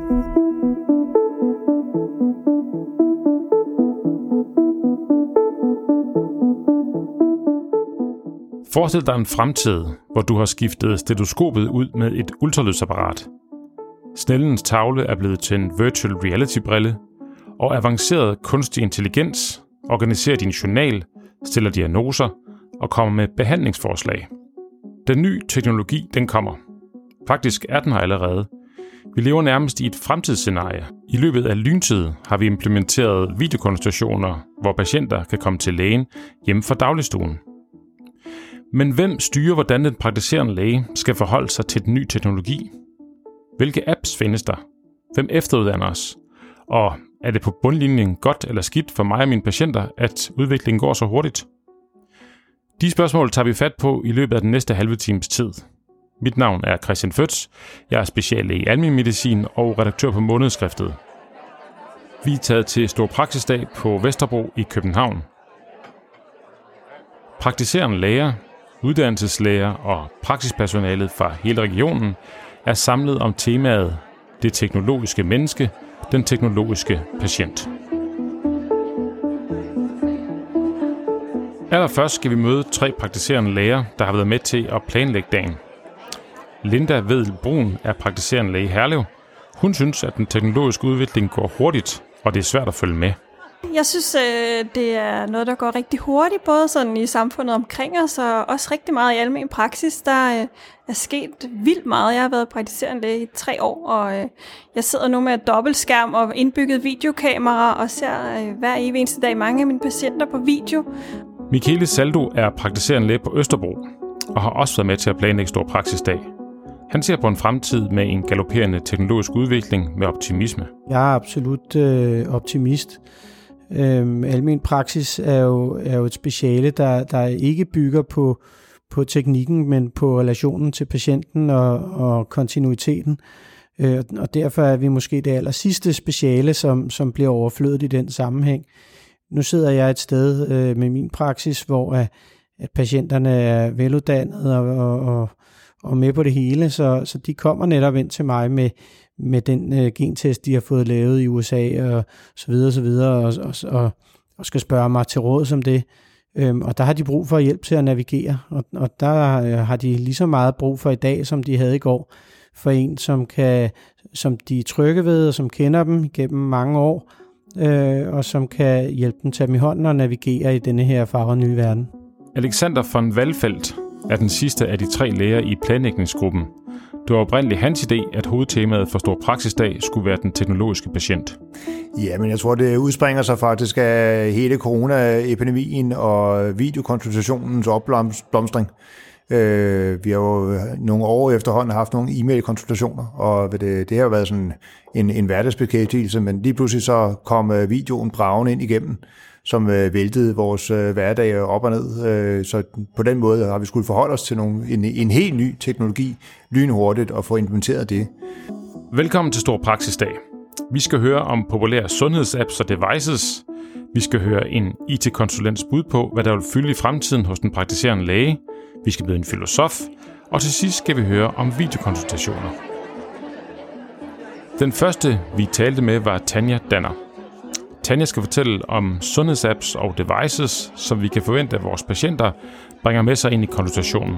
Forestil dig en fremtid, hvor du har skiftet stetoskopet ud med et ultralydsapparat. Snellens tavle er blevet til en virtual reality-brille, og avanceret kunstig intelligens organiserer din journal, stiller diagnoser og kommer med behandlingsforslag. Den nye teknologi, den kommer. Faktisk er den her allerede. Vi lever nærmest i et fremtidsscenarie. I løbet af lyntid har vi implementeret videokonsultationer, hvor patienter kan komme til lægen hjemme fra dagligstuen. Men hvem styrer, hvordan den praktiserende læge skal forholde sig til den nye teknologi? Hvilke apps findes der? Hvem efteruddanner os? Og er det på bundlinjen godt eller skidt for mig og mine patienter, at udviklingen går så hurtigt? De spørgsmål tager vi fat på i løbet af den næste halve times tid. Mit navn er Christian Føtz. Jeg er speciallæge i almen medicin og redaktør på Månedskriftet. Vi er taget til Stor Praksisdag på Vesterbro i København. Praktiserende læger, uddannelseslæger og praksispersonalet fra hele regionen er samlet om temaet det teknologiske menneske, den teknologiske patient. Allerførst skal vi møde 3 praktiserende læger, der har været med til at planlægge dagen. Linda Vedel Brun er praktiserende læge i Herlev. Hun synes, at den teknologiske udvikling går hurtigt, og det er svært at følge med. Jeg synes, det er noget, der går rigtig hurtigt, både sådan i samfundet omkring os, og også rigtig meget i almen praksis. Der er sket vildt meget. Jeg har været praktiserende læge i 3 år, og jeg sidder nu med dobbeltskærm og indbygget videokamera, og ser hver evig eneste dag mange af mine patienter på video. Michele Saldo er praktiserende læge på Østerbro, og har også været med til at planlægge Stor Praksisdag. Han ser på en fremtid med en galopperende teknologisk udvikling med optimisme. Jeg er absolut optimist. Almen praksis er jo et speciale, der ikke bygger på teknikken, men på relationen til patienten og kontinuiteten. Og derfor er vi måske det aller sidste speciale, som bliver overflødet i den sammenhæng. Nu sidder jeg et sted med min praksis, hvor at patienterne er veluddannede og med på det hele, så de kommer netop ind til mig med den gentest, de har fået lavet i USA og så videre, og skal spørge mig til råd som det. Og der har de brug for hjælp til at navigere, og der har de lige så meget brug for i dag, som de havde i går, for en, som de er trygge ved, og som kender dem gennem mange år, og som kan hjælpe dem, tage dem i hånden og navigere i denne her farvede nye verden. Alexander von Wallfeldt er den sidste af de 3 læger i planlægningsgruppen. Det var oprindeligt hans idé, at hovedtemaet for Stor Praksisdag skulle være den teknologiske patient. Ja, men jeg tror, det udspringer sig faktisk af hele coronaepidemien og videokonsultationens opblomstring. Vi har jo nogle år efterhånden haft nogle e-mail-konsultationer, og det har været sådan en hverdagsbeskæftigelse, men lige pludselig så kom videoen bragende ind igennem, som væltede vores hverdag op og ned. Så på den måde har vi skulle forholde os til en helt ny teknologi lynhurtigt og få implementeret det. Velkommen til Stor Praksisdag. Vi skal høre om populære sundhedsapps og devices. Vi skal høre en IT-konsulents bud på, hvad der vil fylde i fremtiden hos den praktiserende læge. Vi skal møde en filosof. Og til sidst skal vi høre om videokonsultationer. Den første, vi talte med, var Tanja Danner. Tanja skal fortælle om sundhedsapps og devices, som vi kan forvente, at vores patienter bringer med sig ind i konsultationen.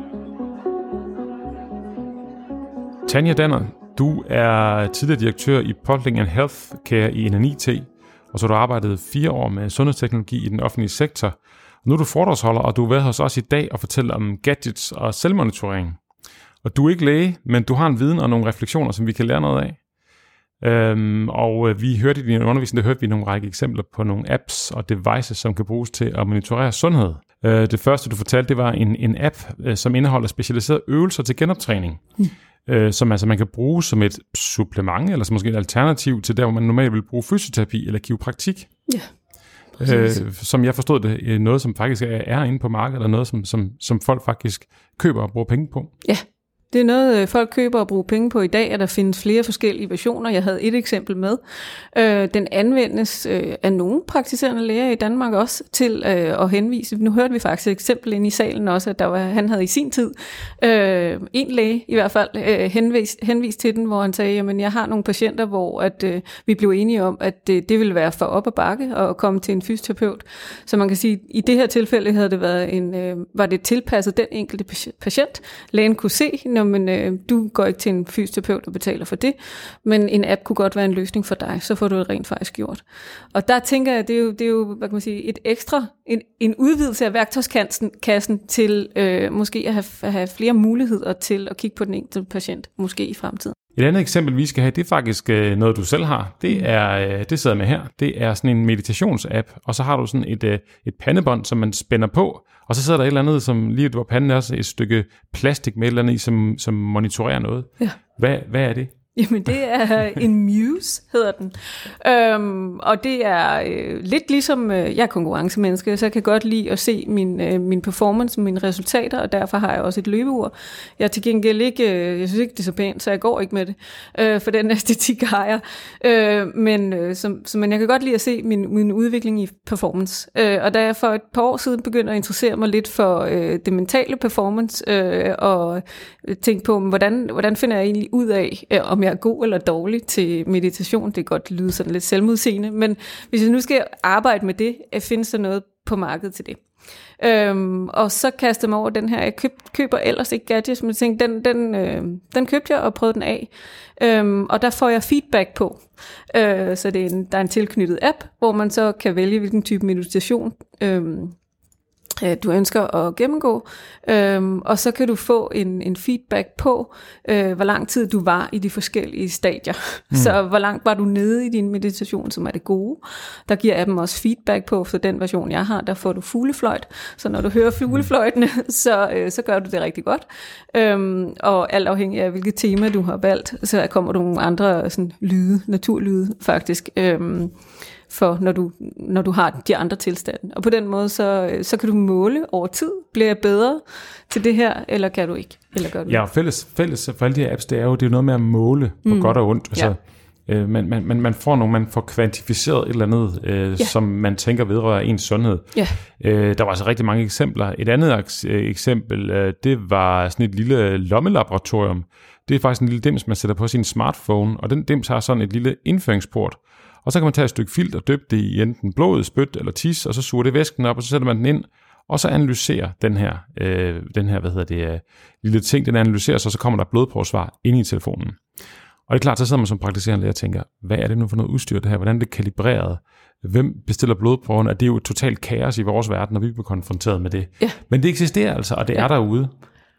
Tanja Danner, du er tidligere direktør i Podling and Healthcare i NNIT, og så har du arbejdet 4 år med sundhedsteknologi i den offentlige sektor. Nu er du foredragsholder, og du er ved hos os i dag og fortæller om gadgets og selvmonitorering. Og du er ikke læge, men du har en viden og nogle refleksioner, som vi kan lære noget af. Og vi hørte i din undervisning, der hørte vi nogle række eksempler på nogle apps og devices, som kan bruges til at monitorere sundhed. Det første, du fortalte, det var en app, som indeholder specialiserede øvelser til genoptræning, som altså man kan bruge som et supplement, eller som måske et alternativ til der, hvor man normalt vil bruge fysioterapi eller kiropraktik. Ja. Som jeg forstod det, noget som faktisk er inde på markedet, eller noget som folk faktisk køber og bruger penge på. Ja, Det er noget, folk køber og bruger penge på i dag, og der findes flere forskellige versioner. Jeg havde et eksempel med. Den anvendes af nogle praktiserende læger i Danmark også til at henvise. Nu hørte vi faktisk et eksempel inde i salen også, at han havde i sin tid en læge i hvert fald henvist til den, hvor han sagde, jamen jeg har nogle patienter, hvor at, vi blev enige om, at det ville være for op ad bakke at komme til en fysioterapeut. Så man kan sige, at i det her tilfælde havde det været var det tilpasset den enkelte patient. Lægen kunne se, men du går ikke til en fysioterapeut og betaler for det, men en app kunne godt være en løsning for dig, så får du det rent faktisk gjort. Og der tænker jeg, det er jo hvad kan man sige, et ekstra, en udvidelse af værktøjskassen til måske at have flere muligheder til at kigge på den enkelte patient, måske i fremtiden. Et andet eksempel, vi skal have, det er faktisk noget, du selv har. Det sidder med her. Det er sådan en meditationsapp, og så har du sådan et pandebånd, som man spænder på, og så sidder der et eller andet, som lige hvor panden er også et stykke plastik med et eller andet i, som monitorerer noget. Ja. Hvad er det? Jamen det er en Muse, hedder den. Og det er lidt ligesom, jeg er konkurrencemenneske, så jeg kan godt lide at se min performance, mine resultater, og derfor har jeg også et løbeur. Jeg er til gengæld ikke, jeg synes ikke det er så pænt, så jeg går ikke med det, for den æstetik har jeg. Men jeg kan godt lide at se min udvikling i performance. Og da jeg for et par år siden begyndte at interessere mig lidt for det mentale performance, og tænke på, hvordan finder jeg egentlig ud af, om jeg er god eller dårlig til meditation. Det kan godt lyde sådan lidt selvmodsigende, men hvis jeg nu skal arbejde med det, findes der noget på markedet til det. Og så kastede jeg mig over den her. Jeg køber ellers ikke gadgets, men jeg tænkte, den købte jeg og prøvede den af. Og der får jeg feedback på. Så der er en tilknyttet app, hvor man så kan vælge, hvilken type meditation du ønsker at gennemgå, og så kan du få en feedback på, hvor lang tid du var i de forskellige stadier. Så hvor langt var du nede i din meditation, som er det gode. Der giver appen også feedback på, for den version jeg har, der får du fuglefløjt. Så når du hører fuglefløjtene, så gør du det rigtig godt. Og alt afhængig af, hvilket tema du har valgt, så kommer der nogle andre sådan, naturlyde faktisk, for når du har de andre tilstande. Og på den måde, så kan du måle over tid. Bliver jeg bedre til det her, eller kan du ikke? Eller gør du ja, fælles for alle de her apps, det er jo noget med at måle på godt og ondt. Altså, man får kvantificeret et eller andet, som man tænker vedrører ens sundhed. Ja. Der var altså rigtig mange eksempler. Et andet eksempel, det var sådan et lille lommelaboratorium. Det er faktisk en lille dims, man sætter på sin smartphone, og den dims har sådan et lille indføringsport. Og så kan man tage et stykke filt og døbe det i enten blod, spyt eller tis, og så suger det væsken op, og så sætter man den ind, og så analyserer den her lille ting, den analyserer sig, og så kommer der blodprøvesvar ind i telefonen. Og det er klart, så sidder man som praktiserende læge og tænker, hvad er det nu for noget udstyr det her? Hvordan er det kalibreret? Hvem bestiller blodprøven? Det er jo et totalt kaos i vores verden, når vi bliver konfronteret med det. Ja. Men det eksisterer altså, og det er derude.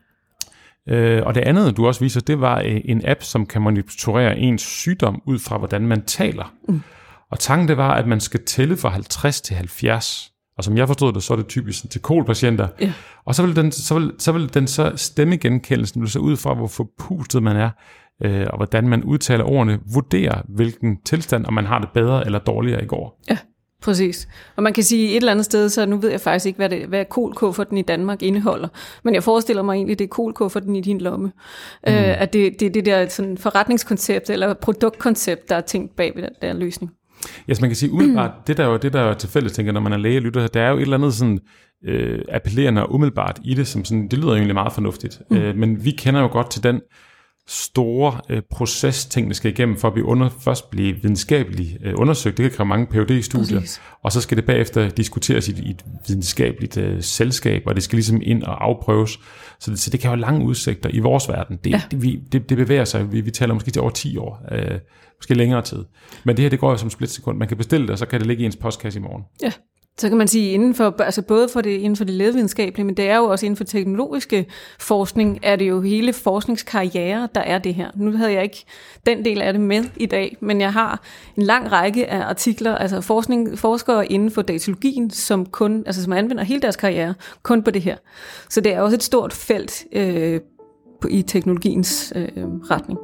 Og det andet, du også viser, det var en app, som kan monitorere ens sygdom ud fra, hvordan man taler. Og tanken det var, at man skal tælle fra 50 til 70. Og som jeg forstod det, så er det typisk til kolpatienter. Ja. Og så vil den stemmegenkendelsen så ud fra, hvor forpustet man er, og hvordan man udtaler ordene, vurdere hvilken tilstand, om man har det bedre eller dårligere i går. Ja. Præcis. Og man kan sige et eller andet sted, så nu ved jeg faktisk ikke, hvad kolkufferten i Danmark indeholder. Men jeg forestiller mig egentlig, det er kolkufferten i din lomme. At det er det der sådan forretningskoncept eller produktkoncept, der er tænkt bag ved den der løsning. Ja, så man kan sige umiddelbart, det der er tilfældigt, tænker når man er læge og lytter, der er jo et eller andet sådan appellerende og umiddelbart i det, som sådan, det lyder egentlig meget fornuftigt. Men vi kender jo godt til den store procesting, der skal igennem, for at først blive videnskabeligt undersøgt. Det kan kræve mange PhD-studier, og så skal det bagefter diskuteres i et videnskabeligt selskab, og det skal ligesom ind og afprøves. Så det kan jo have lange udsigter i vores verden. Det bevæger sig. Vi taler måske til over 10 år, måske længere tid. Men det her, det går jo som splitsekund. Man kan bestille det, og så kan det ligge i ens postkasse i morgen. Ja. Så kan man sige, inden for det lægevidenskabelige, men det er jo også inden for teknologiske forskning, er det jo hele forskningskarriere, der er det her. Nu havde jeg ikke den del af det med i dag, men jeg har en lang række af artikler, altså forskere inden for datologien, som anvender hele deres karriere kun på det her. Så det er også et stort felt i teknologiens retning.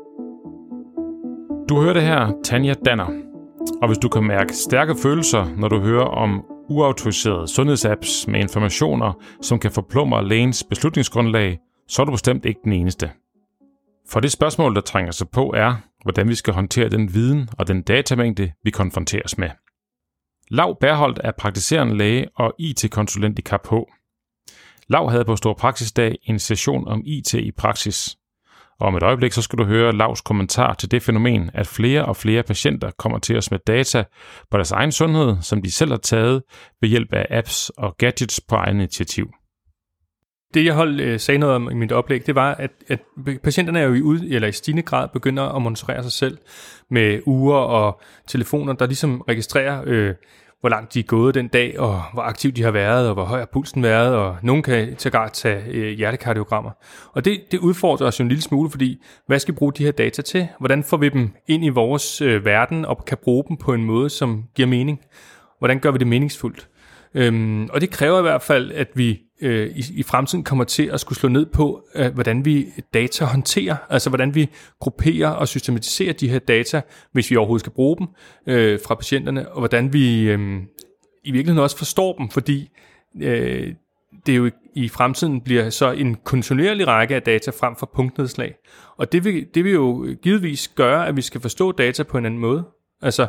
Du hører det her, Tanja Danner. Og hvis du kan mærke stærke følelser, når du hører om uautoriserede sundhedsapps med informationer, som kan forplumre lægens beslutningsgrundlag, så er du bestemt ikke den eneste. For det spørgsmål, der trænger sig på, er, hvordan vi skal håndtere den viden og den datamængde, vi konfronteres med. Lau Berholt er praktiserende læge og IT-konsulent i KP. Lau havde på Stor Praksisdag en session om IT i praksis. Og om et øjeblik så skal du høre Laus kommentar til det fænomen, at flere og flere patienter kommer til os med data på deres egen sundhed, som de selv har taget ved hjælp af apps og gadgets på egen initiativ. Det jeg sagde noget om i mit oplæg, det var, at patienterne er jo i stigende grad begynder at monitorere sig selv med ure og telefoner, der ligesom registrerer, hvor langt de er gået den dag, og hvor aktiv de har været, og hvor høj har pulsen været, og nogen kan tage hjertekardiogrammer. Og det udfordrer os jo en lille smule, fordi hvad skal vi bruge de her data til? Hvordan får vi dem ind i vores verden, og kan bruge dem på en måde, som giver mening? Hvordan gør vi det meningsfuldt? Og det kræver i hvert fald, at vi i fremtiden kommer til at skulle slå ned på, hvordan vi data håndterer, altså hvordan vi grupperer og systematiserer de her data, hvis vi overhovedet skal bruge dem fra patienterne, og hvordan vi i virkeligheden også forstår dem, fordi det jo i fremtiden bliver så en kontinuerlig række af data frem for punktnedslag. Og det vil jo givetvis gøre, at vi skal forstå data på en anden måde. Altså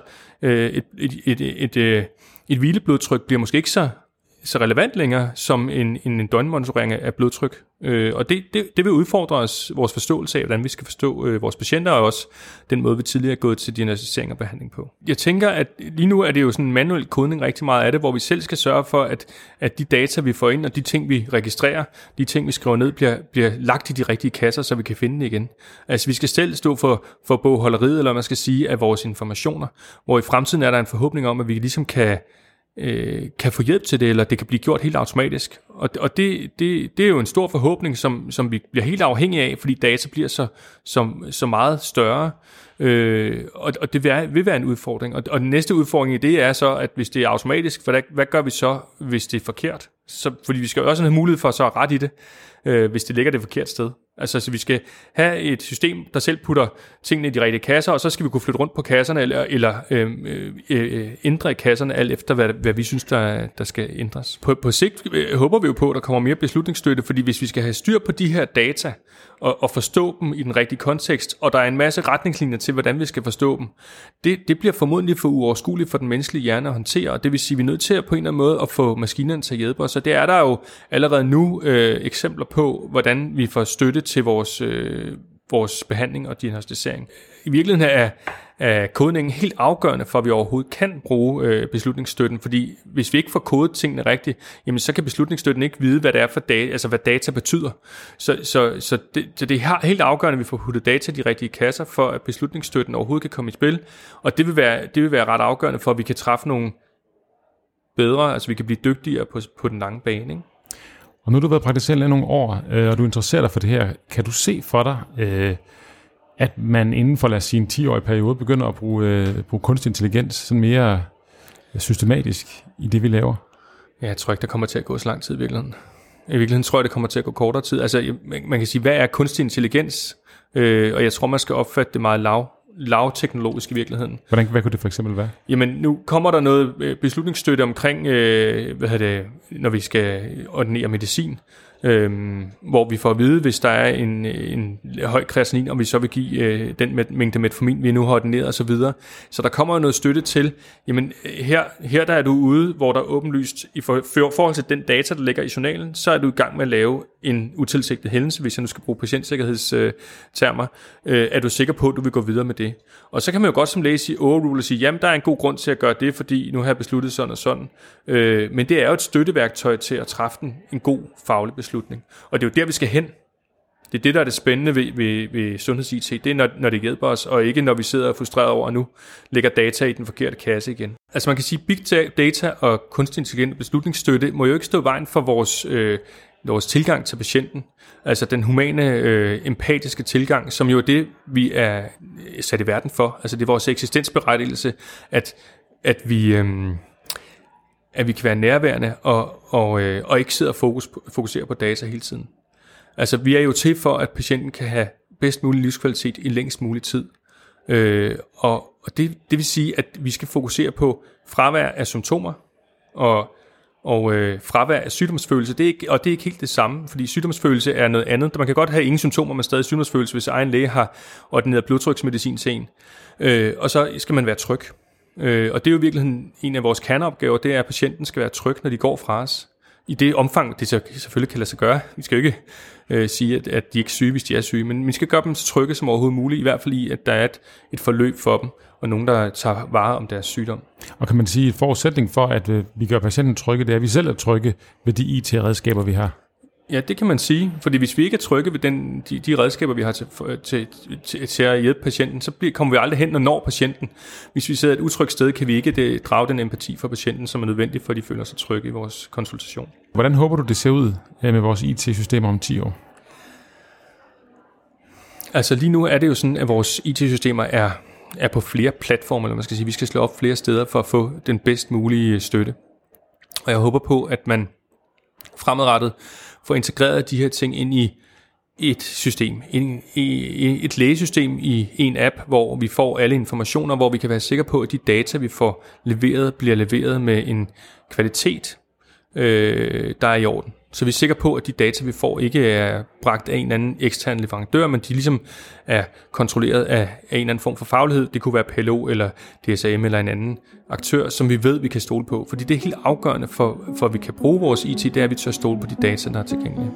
et hvileblodtryk bliver måske ikke så relevant længere som en døgnmonitorering af blodtryk. Og det vil udfordre os, vores forståelse af, hvordan vi skal forstå vores patienter, og også den måde, vi tidligere er gået til diagnosticering og behandling på. Jeg tænker, at lige nu er det jo sådan en manuel kodning rigtig meget af det, hvor vi selv skal sørge for, at de data, vi får ind, og de ting, vi registrerer, de ting, vi skriver ned, bliver lagt i de rigtige kasser, så vi kan finde det igen. Altså vi skal selv stå for bogholderiet, eller man skal sige, af vores informationer, hvor i fremtiden er der en forhåbning om, at vi ligesom kan få hjælp til det, eller det kan blive gjort helt automatisk. Og det er jo en stor forhåbning, som vi bliver helt afhængige af, fordi data bliver så meget større, og det vil være en udfordring. Og den næste udfordring i det er så, at hvis det er automatisk, hvad gør vi så, hvis det er forkert? Fordi vi skal jo også have mulighed for så at rette i det, hvis det ligger det forkert sted. Altså, så vi skal have et system, der selv putter tingene i de rigtige kasser, og så skal vi kunne flytte rundt på kasserne, eller ændre i kasserne, alt efter hvad vi synes, der skal ændres. På sigt håber vi jo på, at der kommer mere beslutningsstøtte, fordi hvis vi skal have styr på de her data, og forstå dem i den rigtige kontekst, og der er en masse retningslinjer til, hvordan vi skal forstå dem, det bliver formodentlig for uoverskueligt for den menneskelige hjerne at håndtere, og det vil sige, at vi er nødt til på en eller anden måde at få maskinerne til at hjælpe os, og det er der jo allerede nu eksempler på, hvordan vi får støtte til vores behandling og diagnosticering. I virkeligheden er kodningen helt afgørende for, at vi overhovedet kan bruge beslutningsstøtten, fordi hvis vi ikke får kodet tingene rigtigt, jamen så kan beslutningsstøtten ikke vide, hvad det er for data, altså hvad data betyder. Så det er helt afgørende, at vi får puttet data i de rigtige kasser, for at beslutningsstøtten overhovedet kan komme i spil, og det vil være ret afgørende for, at vi kan træffe nogle bedre, altså vi kan blive dygtigere på den lange bane, ikke? Og nu har du været praktiserende i nogle år, og du interesserer dig for det her. Kan du se for dig, at man inden for, lad os sige, en 10-årig periode begynder at bruge kunstig intelligens sådan mere systematisk i det, vi laver? Ja, jeg tror ikke, der kommer til at gå så lang tid i virkeligheden. I virkeligheden tror jeg, det kommer til at gå kortere tid. Altså, man kan sige, hvad er kunstig intelligens? Og jeg tror, man skal opfatte det meget lavteknologisk i virkeligheden. Hvad kunne det for eksempel være? Jamen, nu kommer der noget beslutningsstøtte omkring, når vi skal ordinere medicin, hvor vi får at vide, hvis der er en høj kreatinin, om vi så vil give den mængde metformin, vi nu har ordineret osv. Så der kommer noget støtte til, jamen her der er du ude, hvor der er åbenlyst, i forhold til den data, der ligger i journalen, så er du i gang med at lave en utilsigtet hændelse, hvis jeg nu skal bruge patientsikkerhedstermer. Er du sikker på, at du vil gå videre med det? Og så kan man jo godt som læge sige, overrule og sige, jamen der er en god grund til at gøre det, fordi nu har jeg besluttet sådan og sådan. Men det er jo et støtteværktøj til at træffe en god faglig beslutning. Og det er jo der, vi skal hen. Det er det, der er det spændende ved sundheds-IT. Det er, når det hjælper os, og ikke når vi sidder frustreret over, at nu ligger data i den forkerte kasse igen. Altså man kan sige, big data og kunstig intelligent beslutningsstøtte må jo ikke stå i vejen for vores tilgang til patienten. Altså den humane, empatiske tilgang, som jo er det, vi er sat i verden for. Altså det er vores eksistensberettigelse, at vi kan være nærværende og ikke sidde og fokusere på data hele tiden. Altså vi er jo til for, at patienten kan have bedst mulig livskvalitet i længst mulig tid. Og det vil sige, at vi skal fokusere på fravær af symptomer, Og fravær af sygdomsfølelse, det er ikke helt det samme, fordi sygdomsfølelse er noget andet. Man kan godt have ingen symptomer, men stadig sygdomsfølelse, hvis egen læge har ordineret blodtryksmedicin til en. Og så skal man være tryg. Og det er jo i virkeligheden en af vores kerneopgaver, det er, at patienten skal være tryg, når de går fra os. I det omfang, det selvfølgelig kan lade sig gøre. Vi skal jo ikke sige, at de ikke er syge, hvis de er syge, men vi skal gøre dem så trygge som overhovedet muligt, i hvert fald i, at der er et forløb for dem, og nogen, der tager vare om deres sygdom. Og kan man sige, at forudsætning for, at vi gør patienten trygge, det er, at vi selv er trygge ved de IT-redskaber, vi har? Ja, det kan man sige, fordi hvis vi ikke er trygge ved de redskaber, vi har til at hjælpe patienten, så kommer vi aldrig hen og når patienten. Hvis vi sidder et utrygt sted, kan vi ikke drage den empati for patienten, som er nødvendig, for at de føler sig trygge i vores konsultation. Hvordan håber du, det ser ud med vores IT-systemer om 10 år? Altså lige nu er det jo sådan, at vores IT-systemer er på flere platforme, eller man skal sige, vi skal slå op flere steder for at få den bedst mulige støtte. Og jeg håber på, at man fremadrettet får integreret de her ting ind i et system, et lægesystem i en app, hvor vi får alle informationer, hvor vi kan være sikre på, at de data, vi får leveret, bliver leveret med en kvalitet, der er i orden. Så vi er sikre på, at de data, vi får, ikke er bragt af en eller anden ekstern leverandør, men de ligesom er kontrolleret af en eller anden form for faglighed. Det kunne være PLO eller DSM eller en anden aktør, som vi ved, vi kan stole på. Fordi det er helt afgørende for at vi kan bruge vores IT, det er, at vi tør stole på de data, der er tilgængelige.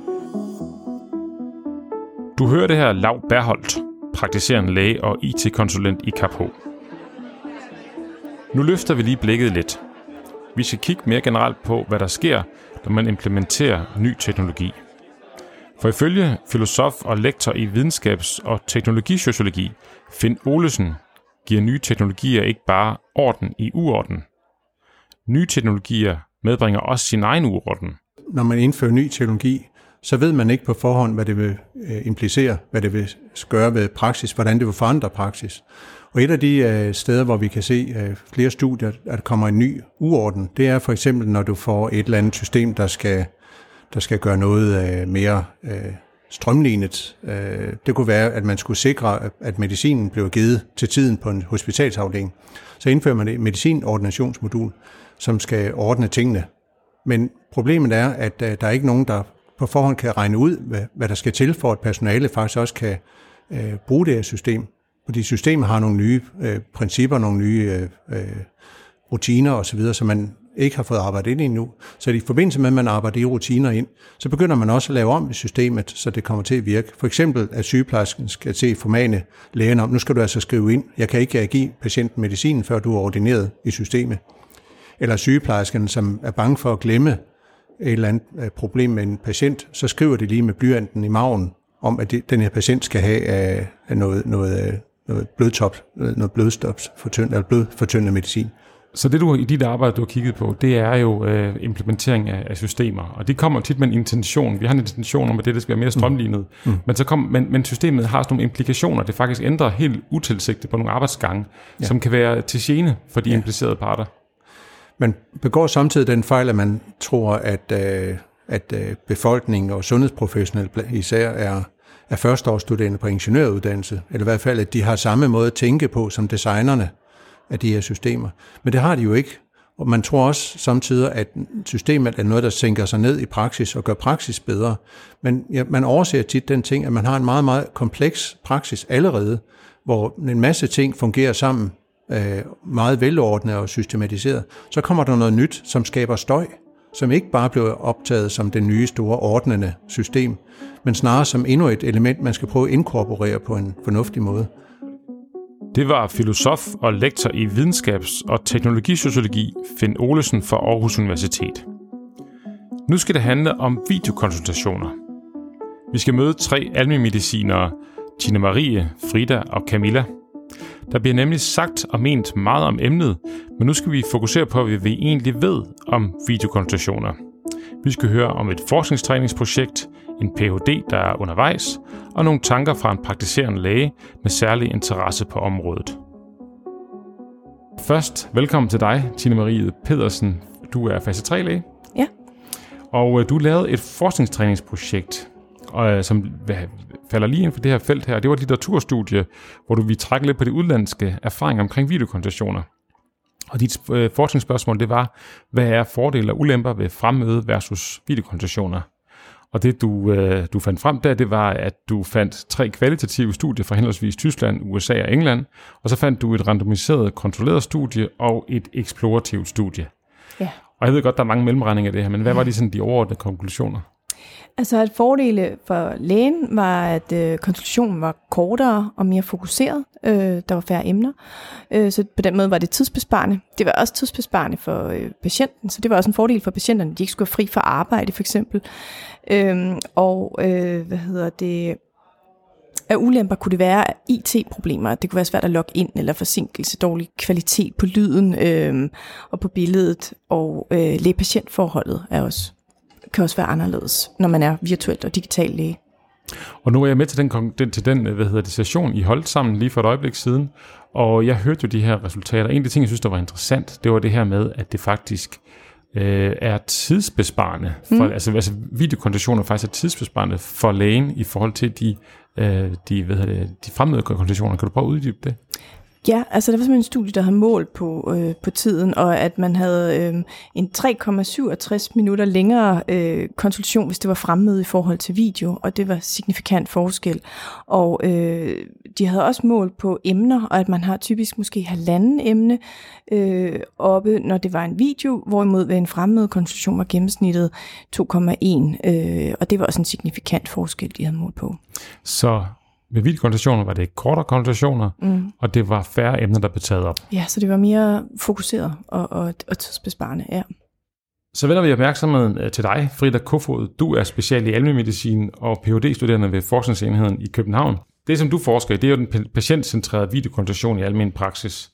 Du hører det her Lau Berholt, praktiserende læge og IT-konsulent i KAPH. Nu løfter vi lige blikket lidt. Vi skal kigge mere generelt på, hvad der sker, når man implementerer ny teknologi. For ifølge filosof og lektor i videnskabs- og teknologisociologi, Finn Olesen, giver nye teknologier ikke bare orden i uorden. Nye teknologier medbringer også sin egen uorden. Når man indfører ny teknologi, så ved man ikke på forhånd, hvad det vil implicere, hvad det vil gøre ved praksis, hvordan det vil forandre praksis. Og et af de steder, hvor vi kan se flere studier, at der kommer en ny uorden, det er for eksempel, når du får et eller andet system, der skal gøre noget mere strømlignet. Det kunne være, at man skulle sikre, at medicinen blev givet til tiden på en hospitalsafdeling. Så indfører man et medicinordinationsmodul, som skal ordne tingene. Men problemet er, at der er ikke nogen, der på forhånd kan regne ud, hvad der skal til, for at personalet faktisk også kan bruge det her system. Fordi systemet har nogle nye principper, nogle nye rutiner osv., som man ikke har fået arbejdet ind endnu. Så i forbindelse med, at man arbejder de rutiner ind, så begynder man også at lave om i systemet, så det kommer til at virke. For eksempel, at sygeplejersken skal til at formane lægen om, nu skal du altså skrive ind, jeg kan ikke give patienten medicinen, før du er ordineret i systemet. Eller sygeplejersken, som er bange for at glemme et eller andet problem med en patient, så skriver de lige med blyanten i maven, om at den her patient skal have noget blodfortyndende medicin. Så det du i dit arbejde, du har kigget på, det er jo implementering af systemer, og de kommer tit med en intention. Vi har en intention om, at det skal være mere strømlignet, men systemet har sådan nogle implikationer, det faktisk ændrer helt utilsigtet på nogle arbejdsgange, som kan være til gene for de implicerede parter. Man begår samtidig den fejl, at man tror, at befolkningen og sundhedsprofessionelle især er førsteårsstuderende på ingeniøruddannelse, eller i hvert fald, at de har samme måde at tænke på som designerne af de her systemer. Men det har de jo ikke. Og man tror også samtidig, at systemet er noget, der sænker sig ned i praksis og gør praksis bedre. Men man overser tit den ting, at man har en meget, meget kompleks praksis allerede, hvor en masse ting fungerer sammen, meget velordnet og systematiseret. Så kommer der noget nyt, som skaber støj, som ikke bare bliver optaget som det nye store ordnende system, men snarere som endnu et element, man skal prøve at inkorporere på en fornuftig måde. Det var filosof og lektor i videnskabs- og teknologisociologi, Finn Olesen fra Aarhus Universitet. Nu skal det handle om videokonsultationer. Vi skal møde 3 almenmedicinere, Tine Marie, Frida og Camilla. Der bliver nemlig sagt og ment meget om emnet, men nu skal vi fokusere på, hvad vi egentlig ved om videokonsultationer. Vi skal høre om et forskningstræningsprojekt, en Ph.D., der er undervejs, og nogle tanker fra en praktiserende læge med særlig interesse på området. Først, velkommen til dig, Tine Marie Pedersen. Du er fase 3-læge. Ja. Og du lavede et forskningstræningsprojekt, som falder lige ind for det her felt her. Det var et litteraturstudie, hvor du vil trække lidt på de udlandske erfaringer omkring videokonsultationer. Og dit forskningsspørgsmål, det var, hvad er fordele og ulemper ved fremmøde versus videokonsultationer? Og det, du fandt frem der, det var, at du fandt 3 kvalitative studier fra henholdsvis Tyskland, USA og England, og så fandt du et randomiseret, kontrolleret studie og et eksplorativt studie. Ja. Og jeg ved godt, der er mange mellemregninger af det her, men hvad var de overordnede konklusioner? Altså at fordele for lægen var, at konsultationen var kortere og mere fokuseret. Der var færre emner. Så på den måde var det tidsbesparende. Det var også tidsbesparende for patienten, så det var også en fordel for patienterne, de ikke skulle være fri fra arbejde for eksempel. Af ulemper kunne det være IT-problemer. Det kunne være svært at logge ind, eller forsinkelse, dårlig kvalitet på lyden og på billedet. Og læge-patient-forholdet kan også være anderledes, når man er virtuelt og digital læge. Og nu er jeg med til den session, I holdt sammen lige for et øjeblik siden, og jeg hørte jo de her resultater. En af de ting, jeg synes, der var interessant, det var det her med, at det faktisk er tidsbesparende. Altså videokonsultationer faktisk er tidsbesparende for lægen i forhold til de fremmøde konsultationer. Kan du prøve at uddybe det? Ja, altså der var simpelthen en studie, der havde målt på tiden, og at man havde en 3,67 minutter længere konsultation, hvis det var fremmøde i forhold til video, og det var signifikant forskel. Og de havde også målt på emner, og at man har typisk måske 1,5 emne oppe, når det var en video, hvorimod ved en fremmøde konsultation var gennemsnittet 2,1, og det var også en signifikant forskel, de havde målt på. Så ved videokonsultationer var det kortere konsultationer, og det var færre emner, der blev taget op. Ja, så det var mere fokuseret og tidsbesparende, ja. Så vender vi opmærksomheden til dig, Frida Kofod. Du er special i almenmedicin og Ph.D.-studerende ved Forskningsenheden i København. Det, som du forsker i, det er jo den patientcentrerede videokonsultation i almen praksis.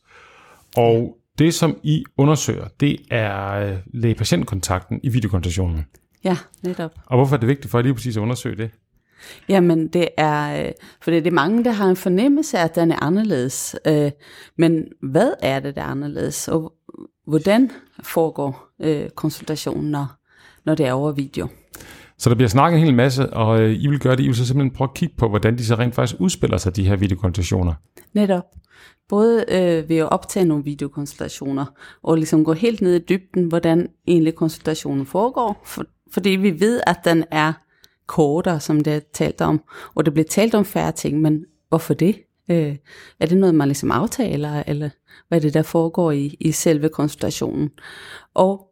Og det, som I undersøger, det er læge-patientkontakten i videokonsultationen. Ja, netop. Og hvorfor er det vigtigt for jer lige præcis at undersøge det? Jamen, det er, fordi det er mange, der har en fornemmelse af, at den er anderledes. Men hvad er det, der er anderledes? Og hvordan foregår konsultationen, når det er over video? Så der bliver snakket en hel masse, og I vil gøre det. I vil så simpelthen prøve at kigge på, hvordan de så rent faktisk udspiller sig, de her videokonsultationer. Netop. Både ved at optage nogle videokonsultationer, og ligesom gå helt ned i dybden, hvordan egentlig konsultationen foregår. Fordi vi ved, at den er kortere, som det er talt om, og det bliver talt om færre ting, men hvorfor det? Er det noget, man ligesom aftaler, eller hvad er det, der foregår i selve konsultationen? Og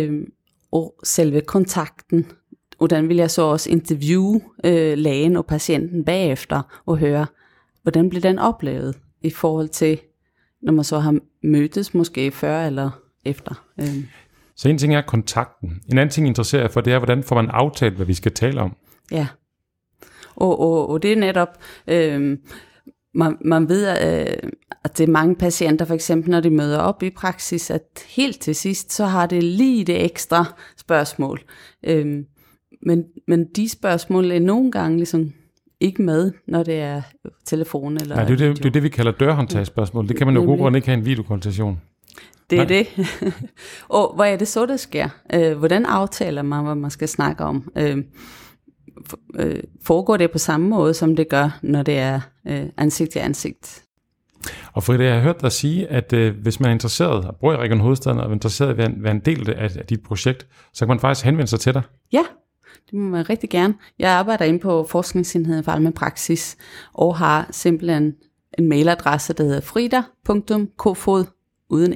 selve kontakten, og den vil jeg så også interviewe lægen og patienten bagefter, og høre, hvordan bliver den oplevet i forhold til, når man så har mødtes måske før eller efter. Så en ting er kontakten. En anden ting, interesserer jeg for, det er, hvordan får man aftalt, hvad vi skal tale om? Ja, og det er netop, man ved, at det er mange patienter, for eksempel når de møder op i praksis, at helt til sidst, så har det lige det ekstra spørgsmål. Men de spørgsmål er nogle gange ligesom ikke med, når det er telefon eller det er det, vi kalder dørhåndtagsspørgsmål. Det kan man jo bruge, ikke have en videokonsultation. Det er det. Og hvad er det så, der sker? Hvordan aftaler man, hvad man skal snakke om? Foregår det på samme måde, som det gør, når det er ansigt til ansigt? Og Frida, jeg har hørt dig sige, at hvis man er interesseret, og bor i Region Hovedstaden, og er interesseret i at være en del af dit projekt, så kan man faktisk henvende sig til dig. Ja, det må man rigtig gerne. Jeg arbejder inde på Forskningsenheden for almen praksis, og har simpelthen en mailadresse, der hedder frida.kofod uden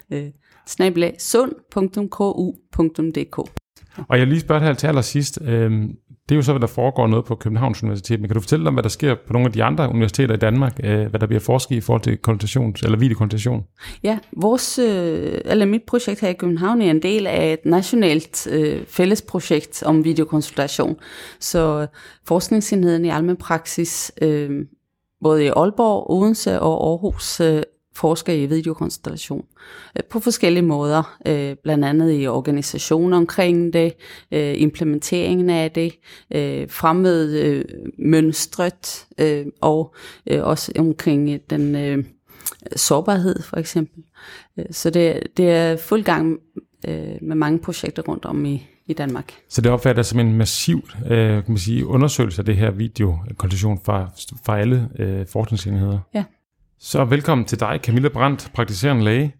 sund.ku.dk. Og jeg lige spørger her til allersidst. Det er jo så, hvad der foregår noget på Københavns Universitet, men kan du fortælle om, hvad der sker på nogle af de andre universiteter i Danmark, hvad der bliver forsket i forhold til videokonsultation? Ja, mit projekt her i København er en del af et nationalt fællesprojekt om videokonsultation. Så Forskningsenheden i almen praksis, både i Aalborg, Odense og Aarhus, forsker i videokonsultation på forskellige måder, blandt andet i organisationer omkring det, implementeringen af det, fremmøde mønstret, og også omkring den sårbarhed for eksempel. Så det er fuld gang med mange projekter rundt om i Danmark. Så det opfatter som en massiv undersøgelse af det her videokonsultation fra alle forskningsenheder? Ja. Så velkommen til dig, Camilla Brandt, praktiserende læge.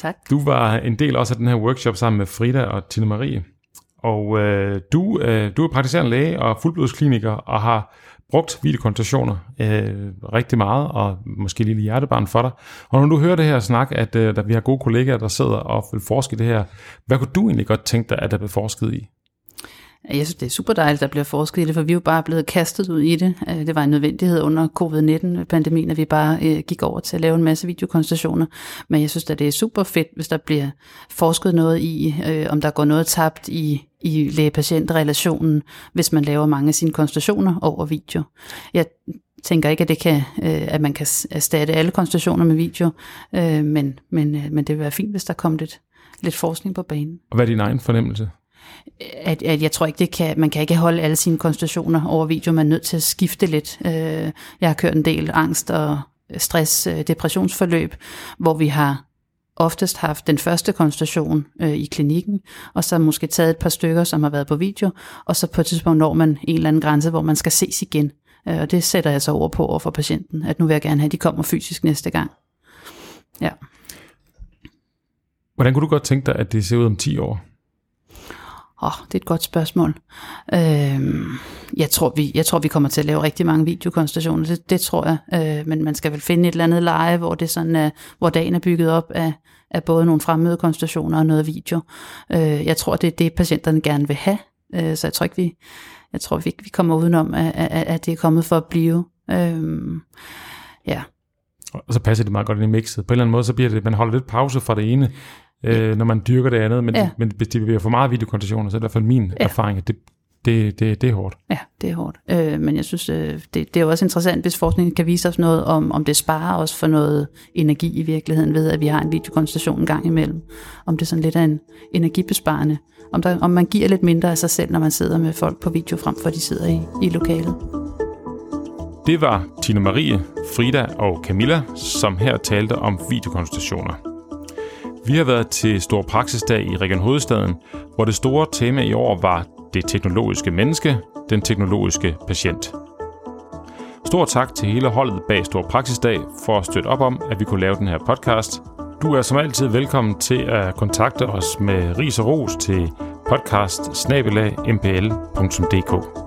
Tak. Du var en del også af den her workshop sammen med Frida og Tina Marie. Og du er praktiserende læge og fuldblodskliniker og har brugt videokonsultationer rigtig meget, og måske lille hjertebarn for dig. Og når du hører det her snak, at vi har gode kollegaer, der sidder og vil forske i det her, hvad kunne du egentlig godt tænke dig, at der bliver forsket i? Jeg synes, det er super dejligt, at der bliver forsket i det, for vi er jo bare blevet kastet ud i det. Det var en nødvendighed under covid-19-pandemien, at vi bare gik over til at lave en masse videokonsultationer. Men jeg synes, at det er super fedt, hvis der bliver forsket noget i, om der går noget tabt i læge-patient-relationen, hvis man laver mange af sine konsultationer over video. Jeg tænker ikke, at man kan erstatte alle konsultationer med video, men det vil være fint, hvis der kommer lidt forskning på banen. Og hvad er din egen fornemmelse? At jeg tror ikke, man kan ikke holde alle sine konsultationer over video, man er nødt til at skifte lidt. Jeg har kørt en del angst og stress, depressionsforløb, hvor vi har oftest haft den første konsultation i klinikken, og så måske taget et par stykker, som har været på video, og så på et tidspunkt når man en eller anden grænse, hvor man skal ses igen. Og det sætter jeg så over på over for patienten, at nu vil jeg gerne have, at de kommer fysisk næste gang. Ja. Hvordan kunne du godt tænke dig, at det ser ud om 10 år? Det er et godt spørgsmål. Jeg tror, vi kommer til at lave rigtig mange videokonsultationer. Det tror jeg. Men man skal vel finde et eller andet leje, hvor det sådan, hvor dagen er bygget op af både nogle fremmødekonsultationer og noget video. Jeg tror, det er det, patienterne gerne vil have. Så jeg tror vi kommer udenom, at det er kommet for at blive. Ja. Og så passer det meget godt ind i mixet. På en eller anden måde, så bliver det, man holder lidt pause fra det ene, når man dyrker det andet, men hvis det bliver for meget videokonsultationer, så er det i hvert fald min erfaring, at det er hårdt. Ja, det er hårdt. Men jeg synes, det er jo også interessant, hvis forskningen kan vise os noget om det sparer os for noget energi i virkeligheden ved, at vi har en videokonsultation en gang imellem. Om det sådan lidt er en energibesparende. Om man giver lidt mindre af sig selv, når man sidder med folk på video, frem for at de sidder i lokalet. Det var Tina Marie, Frida og Camilla, som her talte om videokonsultationer. Vi har været til Stor Praksisdag i Region Hovedstaden, hvor det store tema i år var det teknologiske menneske, den teknologiske patient. Stor tak til hele holdet bag Stor Praksisdag for at støtte op om, at vi kunne lave den her podcast. Du er som altid velkommen til at kontakte os med ris og ros til podcast@mpl.dk.